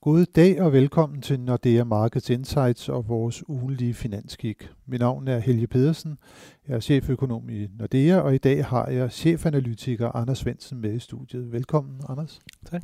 God dag og velkommen til Nordea Markets Insights og vores ugenlige finanskig. Mit navn er Helge Pedersen, jeg er cheføkonom i Nordea, og i dag har jeg chefanalytiker Anders Svendsen med i studiet. Velkommen, Anders. Tak.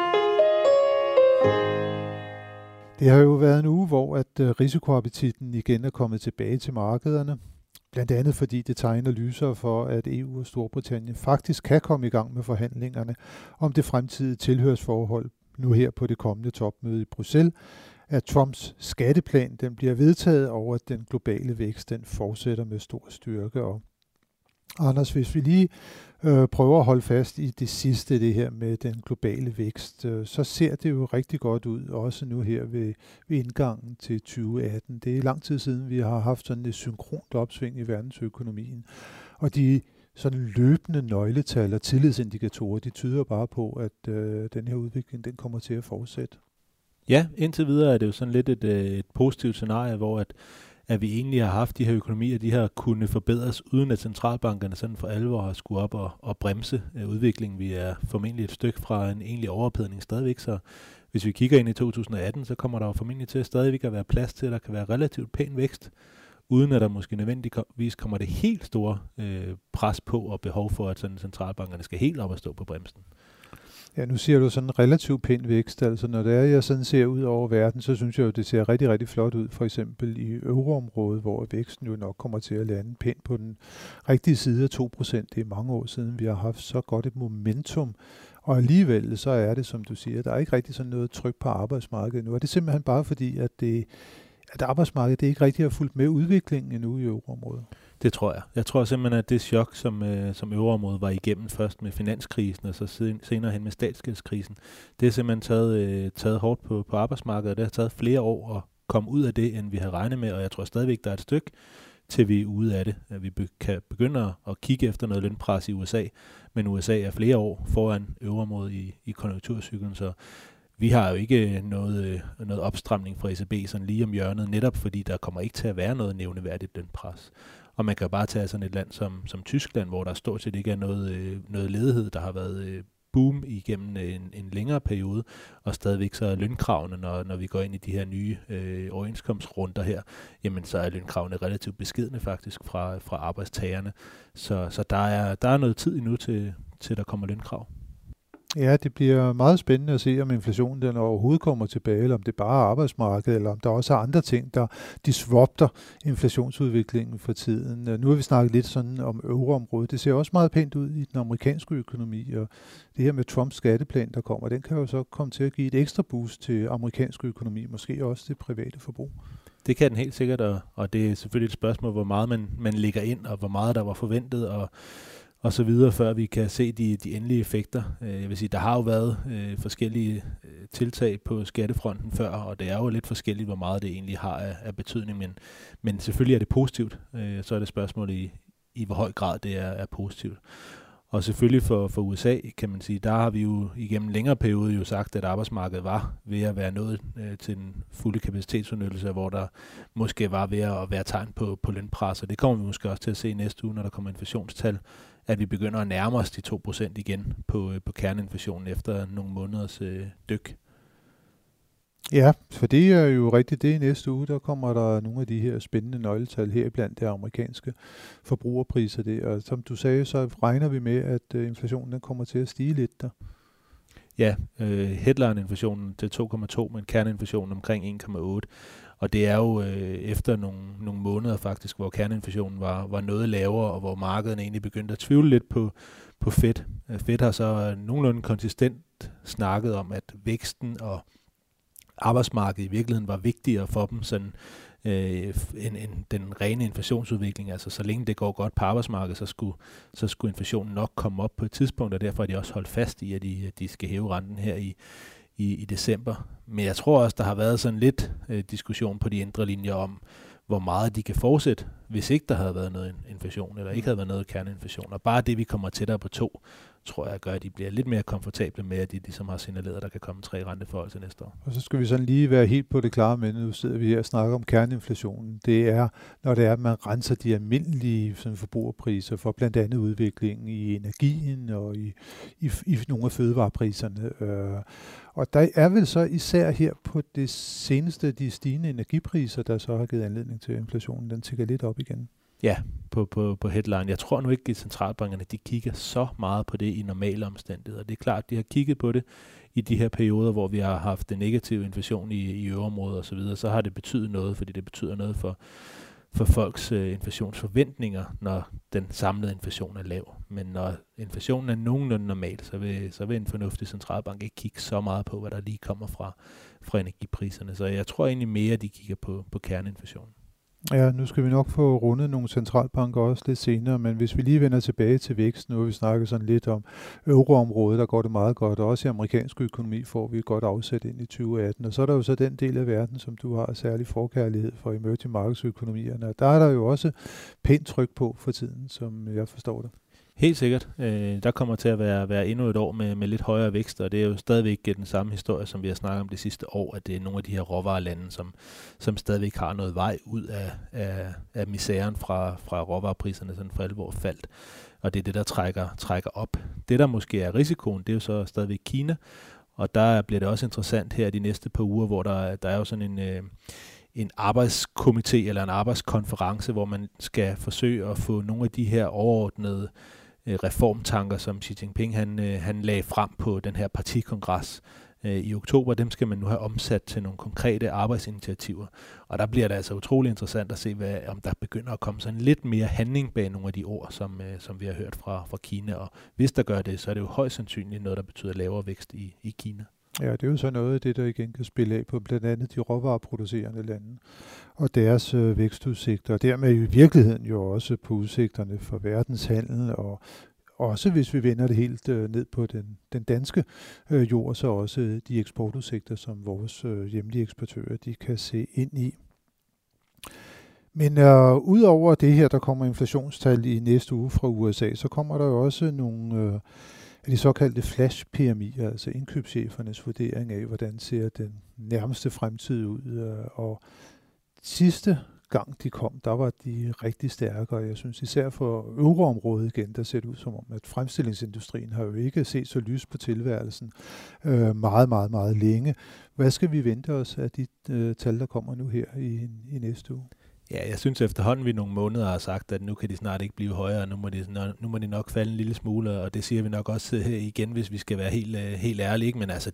Det har jo været en uge, hvor risikoappetitten igen er kommet tilbage til markederne. Blandt andet fordi det tegner lysere for, at EU og Storbritannien faktisk kan komme i gang med forhandlingerne om det fremtidige tilhørsforhold nu her på det kommende topmøde i Bruxelles, at Trumps skatteplan den bliver vedtaget, og at den globale vækst den fortsætter med stor styrke. Og Anders, hvis vi lige prøver at holde fast i det sidste, det her med den globale vækst, så ser det jo rigtig godt ud, også nu her ved indgangen til 2018. Det er lang tid siden, vi har haft sådan et synkront opsving i verdensøkonomien, og de sådan løbende nøgletal og tillidsindikatorer, de tyder bare på, at den her udvikling den kommer til at fortsætte. Ja, indtil videre er det jo sådan lidt et positivt scenarie, hvor at vi egentlig har haft de her økonomier, de har kunne forbedres, uden at centralbankerne sådan for alvor har skulle op og bremse udviklingen. Vi er formentlig et stykke fra en egentlig overophedning stadigvæk, så hvis vi kigger ind i 2018, så kommer der jo formentlig til at stadigvæk at være plads til, at der kan være relativt pæn vækst, uden at der måske nødvendigvis kommer det helt store pres på og behov for, at sådan centralbankerne skal helt op og stå på bremsen. Ja, nu siger du sådan en relativt pæn vækst. Altså når det er, jeg sådan ser ud over verden, så synes jeg jo, det ser rigtig, rigtig flot ud. For eksempel i euroområdet, hvor væksten jo nok kommer til at lande pænt på den rigtige side af 2%. Det er mange år siden, vi har haft så godt et momentum. Og alligevel så er det, som du siger, der er ikke rigtig sådan noget tryk på arbejdsmarkedet nu. Og det er simpelthen bare fordi, at arbejdsmarkedet det ikke rigtig har fulgt med udviklingen endnu i euroområdet. Det tror jeg. Jeg tror simpelthen, at det chok, som euroområdet var igennem først med finanskrisen, og så senere hen med statsgældskrisen, det er simpelthen taget hårdt på arbejdsmarkedet. Det har taget flere år at komme ud af det, end vi havde regnet med, og jeg tror stadigvæk, der er et stykke, til vi er ude af det. At vi kan begynde at kigge efter noget lønpres i USA, men USA er flere år foran euroområdet i konjunkturcyklen, så vi har jo ikke noget opstramning fra ECB sådan lige om hjørnet, netop fordi der kommer ikke til at være noget nævneværdigt lønpres. Og man kan jo bare tage sådan et land som Tyskland, hvor der stort set ikke er noget ledighed, der har været boom igennem en længere periode, og stadigvæk så er lønkravene, når vi går ind i de her nye overenskomstrunder her, jamen så er lønkravene relativt beskedne faktisk fra arbejdstagerne. Så der er noget tid endnu til der kommer lønkrav. Ja, det bliver meget spændende at se, om inflationen den overhovedet kommer tilbage, eller om det bare er arbejdsmarkedet, eller om der også er andre ting, der disrupter inflationsudviklingen for tiden. Nu har vi snakket lidt sådan om euroområdet. Det ser også meget pænt ud i den amerikanske økonomi, og det her med Trumps skatteplan, der kommer, den kan jo så komme til at give et ekstra boost til amerikansk økonomi, måske også til private forbrug. Det kan den helt sikkert, og det er selvfølgelig et spørgsmål, hvor meget man lægger ind, og hvor meget der var forventet, og så videre, før vi kan se de endelige effekter. Jeg vil sige, der har jo været forskellige tiltag på skattefronten før, og det er jo lidt forskelligt, hvor meget det egentlig har af betydning, men selvfølgelig er det positivt. Så er det spørgsmålet i hvor høj grad det er positivt. Og selvfølgelig for USA, kan man sige, der har vi jo igennem en længere periode jo sagt, at arbejdsmarkedet var ved at være nået til den fulde kapacitetsudnyttelse, hvor der måske var ved at være tegn på lønpres, og det kommer vi måske også til at se næste uge, når der kommer inflationstal, at vi begynder at nærme os de 2% igen på kerneinflationen efter nogle måneders dyk. Ja, for det er jo rigtigt. Det i næste uge, der kommer der nogle af de her spændende nøgletal her blandt de amerikanske forbrugerpriser. Det. Og som du sagde, så regner vi med, at inflationen den kommer til at stige lidt der. Ja, headline-inflationen til 2,2, men kerneinflationen omkring 1,8. Og det er jo efter nogle måneder faktisk, hvor kerneinflationen var noget lavere, og hvor markedet egentlig begyndte at tvivle lidt på Fed. Fed har så nogenlunde konsistent snakket om, at væksten og arbejdsmarkedet i virkeligheden var vigtigere for dem sådan, end den rene inflationsudvikling. Altså så længe det går godt på arbejdsmarkedet, så skulle inflationen nok komme op på et tidspunkt, og derfor har de også holdt fast i, at de skal hæve renten her i december. Men jeg tror også, der har været sådan lidt diskussion på de indre linjer om, hvor meget de kan fortsætte hvis ikke der havde været noget inflation, eller ikke havde været noget kerneinflation. Og bare det, vi kommer tættere på 2, tror jeg gør, at de bliver lidt mere komfortable med, at de ligesom har signaleret, at der kan komme 3 renteforhold til næste år. Og så skal vi sådan lige være helt på det klare, men nu sidder vi her og snakker om kerneinflationen. Det er, når det er, at man renser de almindelige sådan, forbrugerpriser for blandt andet udviklingen i energien og i nogle af fødevarepriserne. Og der er vel så især her på det seneste, de stigende energipriser, der så har givet anledning til inflationen. Den tikker lidt op igen. Ja, på headline. Jeg tror nu ikke, at centralbankerne de kigger så meget på det i normale omstændigheder. Det er klart, de har kigget på det i de her perioder, hvor vi har haft en negativ inflation i øvreområdet osv., så har det betydet noget, fordi det betyder noget for folks inflationsforventninger, når den samlede inflation er lav. Men når inflationen er nogenlunde normal, så vil en fornuftig centralbank ikke kigge så meget på, hvad der lige kommer fra energipriserne. Så jeg tror egentlig mere, at de kigger på kerneinflationen. Ja, nu skal vi nok få rundet nogle centralbanker også lidt senere, men hvis vi lige vender tilbage til vækst, nu har vi snakket sådan lidt om euroområdet, der går det meget godt, og også i amerikansk økonomi får vi et godt afsæt ind i 2018, og så er der jo så den del af verden, som du har særlig forkærlighed for emerging markedsøkonomierne, og der er der jo også pænt tryk på for tiden, som jeg forstår det. Helt sikkert. Der kommer til at være endnu et år med lidt højere vækst, og det er jo stadigvæk den samme historie, som vi har snakket om det sidste år, at det er nogle af de her råvarelande, som stadigvæk har noget vej ud af misæren fra råvarepriserne, sådan for alvor faldt. Og det er det, der trækker op. Det, der måske er risikoen, det er jo så stadigvæk Kina, og der bliver det også interessant her de næste par uger, hvor der er jo sådan en arbejdskomité eller en arbejdskonference, hvor man skal forsøge at få nogle af de her overordnede reformtanker, som Xi Jinping han lagde frem på den her partikongres i oktober, dem skal man nu have omsat til nogle konkrete arbejdsinitiativer. Og der bliver det altså utrolig interessant at se, om der begynder at komme sådan lidt mere handling bag nogle af de ord, som vi har hørt fra Kina. Og hvis der gør det, så er det jo højst sandsynligt noget, der betyder lavere vækst i Kina. Ja, det er jo så noget af det, der igen kan spille af på blandt andet de råvareproducerende lande og deres vækstudsigter, og dermed i virkeligheden jo også på udsigterne for verdenshandel, og også hvis vi vender det helt ned på den danske jord, så også de eksportudsigter, som vores hjemlige eksportører de kan se ind i. Men udover det her, der kommer inflationstal i næste uge fra USA, så kommer der jo også nogle af de såkaldte flash-PMI'er, altså indkøbschefernes vurdering af, hvordan ser den nærmeste fremtid ud. Og sidste gang de kom, der var de rigtig stærke, og jeg synes især for euroområdet igen, der ser det ud som om, at fremstillingsindustrien har jo ikke set så lys på tilværelsen meget, meget, meget længe. Hvad skal vi vente os af de tal, der kommer nu her i næste uge? Ja, jeg synes efterhånden, vi nogle måneder har sagt, at nu kan de snart ikke blive højere, nu må de nok falde en lille smule, og det siger vi nok også igen, hvis vi skal være helt ærlige, ikke? Men altså,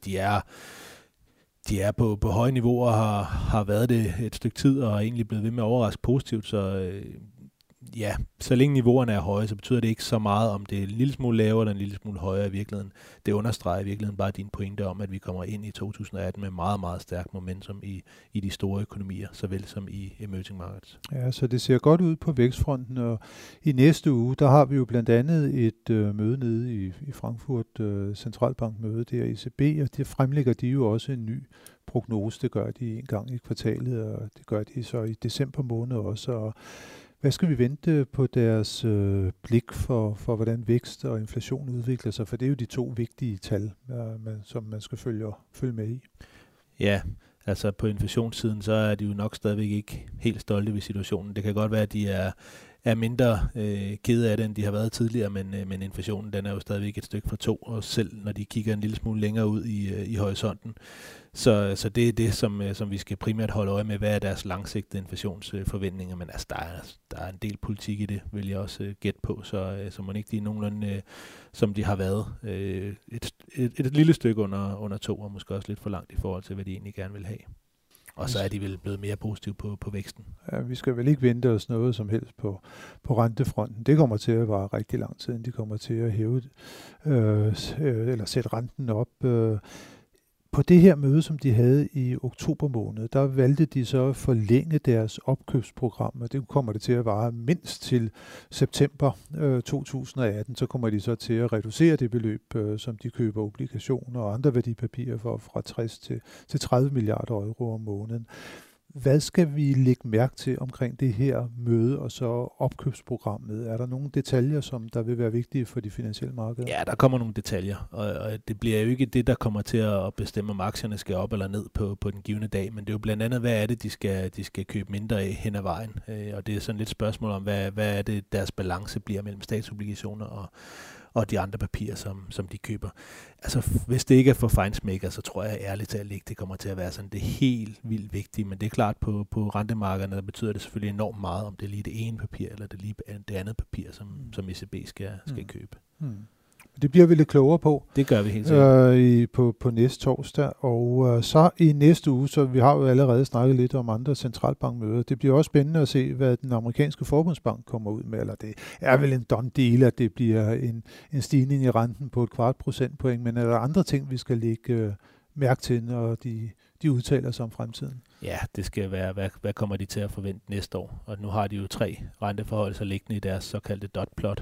de er på høje niveauer og har været det et stykke tid, og er egentlig blevet ved med at overraske positivt, så ja, så længe niveauerne er høje, så betyder det ikke så meget, om det er en lille smule lavere eller en lille smule højere i virkeligheden. Det understreger i virkeligheden bare din pointe om, at vi kommer ind i 2018 med meget, meget stærkt momentum i de store økonomier, såvel som i emerging markets. Ja, så det ser godt ud på vækstfronten, og i næste uge, der har vi jo blandt andet et møde nede i Frankfurt, centralbankmøde der i ECB, og det fremlægger de jo også en ny prognose. Det gør de en gang i kvartalet, og det gør de så i december måned også, og hvad skal vi vente på deres blik for, hvordan vækst og inflation udvikler sig? For det er jo de to vigtige tal, som man skal følge med i. Ja, altså på inflationssiden, så er de jo nok stadigvæk ikke helt stolte ved situationen. Det kan godt være, at de er mindre kede af det, end de har været tidligere, men inflationen den er jo stadigvæk et stykke fra 2, og selv når de kigger en lille smule længere ud i horisonten. Så det er det, som vi skal primært holde øje med, hvad er deres langsigtede inflationsforventninger, men altså, der er en del politik i det, vil jeg også gætte på, så man ikke de er nogenlunde, som de har været, et lille stykke under 2, og måske også lidt for langt i forhold til, hvad de egentlig gerne vil have. Og så er de vel blevet mere positive på væksten. Ja, vi skal vel ikke vente os noget som helst på rentefronten. Det kommer til at vare rigtig lang tid, de kommer til at hæve eller sætte renten op. På det her møde, som de havde i oktober måned, der valgte de så at forlænge deres opkøbsprogram, og det kommer det til at vare mindst til september 2018. Så kommer de så til at reducere det beløb, som de køber obligationer og andre værdipapirer for fra 60 til 30 milliarder euro om måneden. Hvad skal vi lægge mærke til omkring det her møde og så opkøbsprogrammet? Er der nogle detaljer, som der vil være vigtige for de finansielle markeder? Ja, der kommer nogle detaljer, og det bliver jo ikke det, der kommer til at bestemme, om aktierne skal op eller ned på den givne dag, men det er jo blandt andet, hvad er det, de skal købe mindre af hen ad vejen, og det er sådan lidt spørgsmål om, hvad er det, deres balance bliver mellem statsobligationer og de andre papirer, som de køber. Altså, hvis det ikke er for feinschmecker, så tror jeg ærligt talt ikke, det kommer til at være sådan det helt vildt vigtige, men det er klart, på rentemarkederne, der betyder det selvfølgelig enormt meget, om det er lige det ene papir, eller det er lige det andet papir, som ECB skal købe. Det bliver vi lidt klogere på. Det gør vi helt sikkert. På næste torsdag, og så i næste uge, så vi har jo allerede snakket lidt om andre centralbankmøder. Det bliver også spændende at se, hvad den amerikanske forbundsbank kommer ud med, eller det er vel en done deal, at det bliver en stigning i renten på 0,25 procentpoint, men er der andre ting, vi skal lægge mærke til, når de udtaler sig om fremtiden? Ja, det skal være, hvad kommer de til at forvente næste år? Og nu har de jo 3 renteforholdelser liggende i deres såkaldte dot-plot.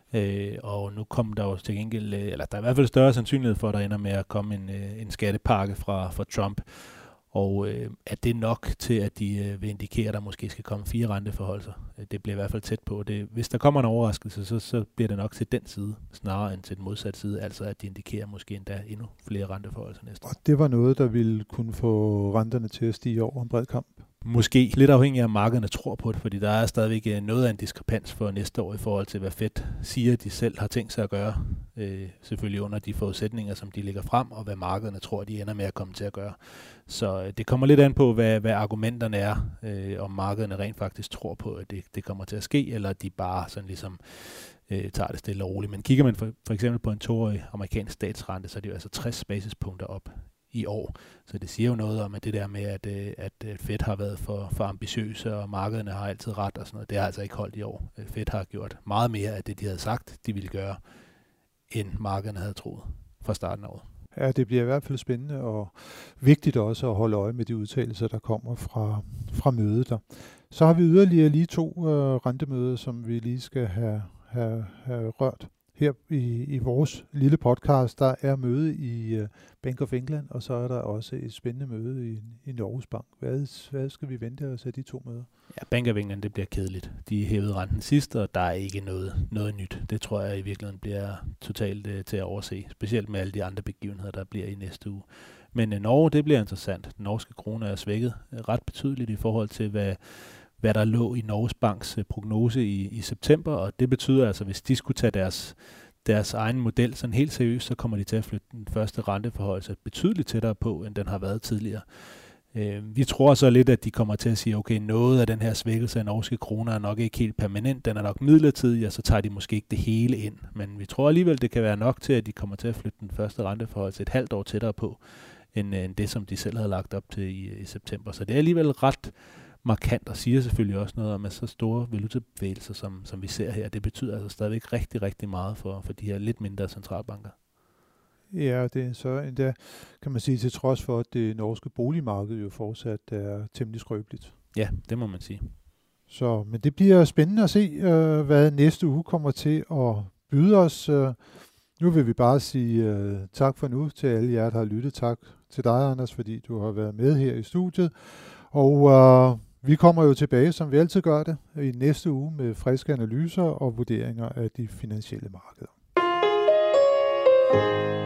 Og nu kommer der jo til gengæld, eller der er i hvert fald større sandsynlighed for, at der ender med at komme en skattepakke fra Trump. Og er det nok til, at de vil indikere, at der måske skal komme 4 renteforholdelser? Det bliver i hvert fald tæt på. Hvis der kommer en overraskelse, så bliver det nok til den side, snarere end til den modsatte side, altså at de indikerer måske endda endnu flere renteforholdelser næste år. Og det var noget, der ville kunne få renterne til at stige over en bred kamp? Måske lidt afhængig af, markederne tror på det, fordi der er stadigvæk noget af en diskrepans for næste år i forhold til, hvad Fed siger, de selv har tænkt sig at gøre. Selvfølgelig under de forudsætninger, som de lægger frem, og hvad markederne tror, de ender med at komme til at gøre. Så det kommer lidt an på, hvad argumenterne er, om markederne rent faktisk tror på, at det kommer til at ske, eller de bare sådan ligesom tager det stille og roligt. Men kigger man for eksempel på en 2-årig amerikansk statsrente, så er det jo altså 60 basispunkter op i år. Så det siger jo noget om, at det der med, at Fed har været for ambitiøse, og markederne har altid ret og sådan noget, det har altså ikke holdt i år. Fed har gjort meget mere af det, de havde sagt, de ville gøre, end markederne havde troet fra starten af året. Ja, det bliver i hvert fald spændende og vigtigt også at holde øje med de udtalelser, der kommer fra mødet der. Så har vi yderligere lige 2 rentemøder, som vi lige skal have rørt. Her i vores lille podcast, der er møde i Bank of England, og så er der også et spændende møde i Norges Bank. Hvad skal vi vente os af de 2 møder? Ja, Bank of England, det bliver kedeligt. De hævede renten sidst, og der er ikke noget nyt. Det tror jeg i virkeligheden bliver totalt til at overse, specielt med alle de andre begivenheder, der bliver i næste uge. Men Norge, det bliver interessant. Den norske krone er svækket ret betydeligt i forhold til, hvad der lå i Norges Banks prognose i september, og det betyder altså, hvis de skulle tage deres egen model sådan helt seriøst, så kommer de til at flytte den første renteforhøjelse betydeligt tættere på, end den har været tidligere. Vi tror så lidt, at de kommer til at sige, okay, noget af den her svækkelse af norske kroner er nok ikke helt permanent, den er nok midlertidig, og så tager de måske ikke det hele ind. Men vi tror alligevel, det kan være nok til, at de kommer til at flytte den første renteforhøjelse et halvt år tættere på, end det, som de selv havde lagt op til i september. Så det er alligevel ret markant, og siger selvfølgelig også noget om, at så store valutabevægelser, som vi ser her, det betyder altså stadigvæk rigtig, rigtig meget for de her lidt mindre centralbanker. Ja, det er så endda, kan man sige, til trods for, at det norske boligmarked jo fortsat er temmelig skrøbeligt. Ja, det må man sige. Men det bliver spændende at se, hvad næste uge kommer til at byde os. Nu vil vi bare sige tak for nu til alle jer, der har lyttet. Tak til dig, Anders, fordi du har været med her i studiet. Og vi kommer jo tilbage, som vi altid gør det, i næste uge med friske analyser og vurderinger af de finansielle markeder.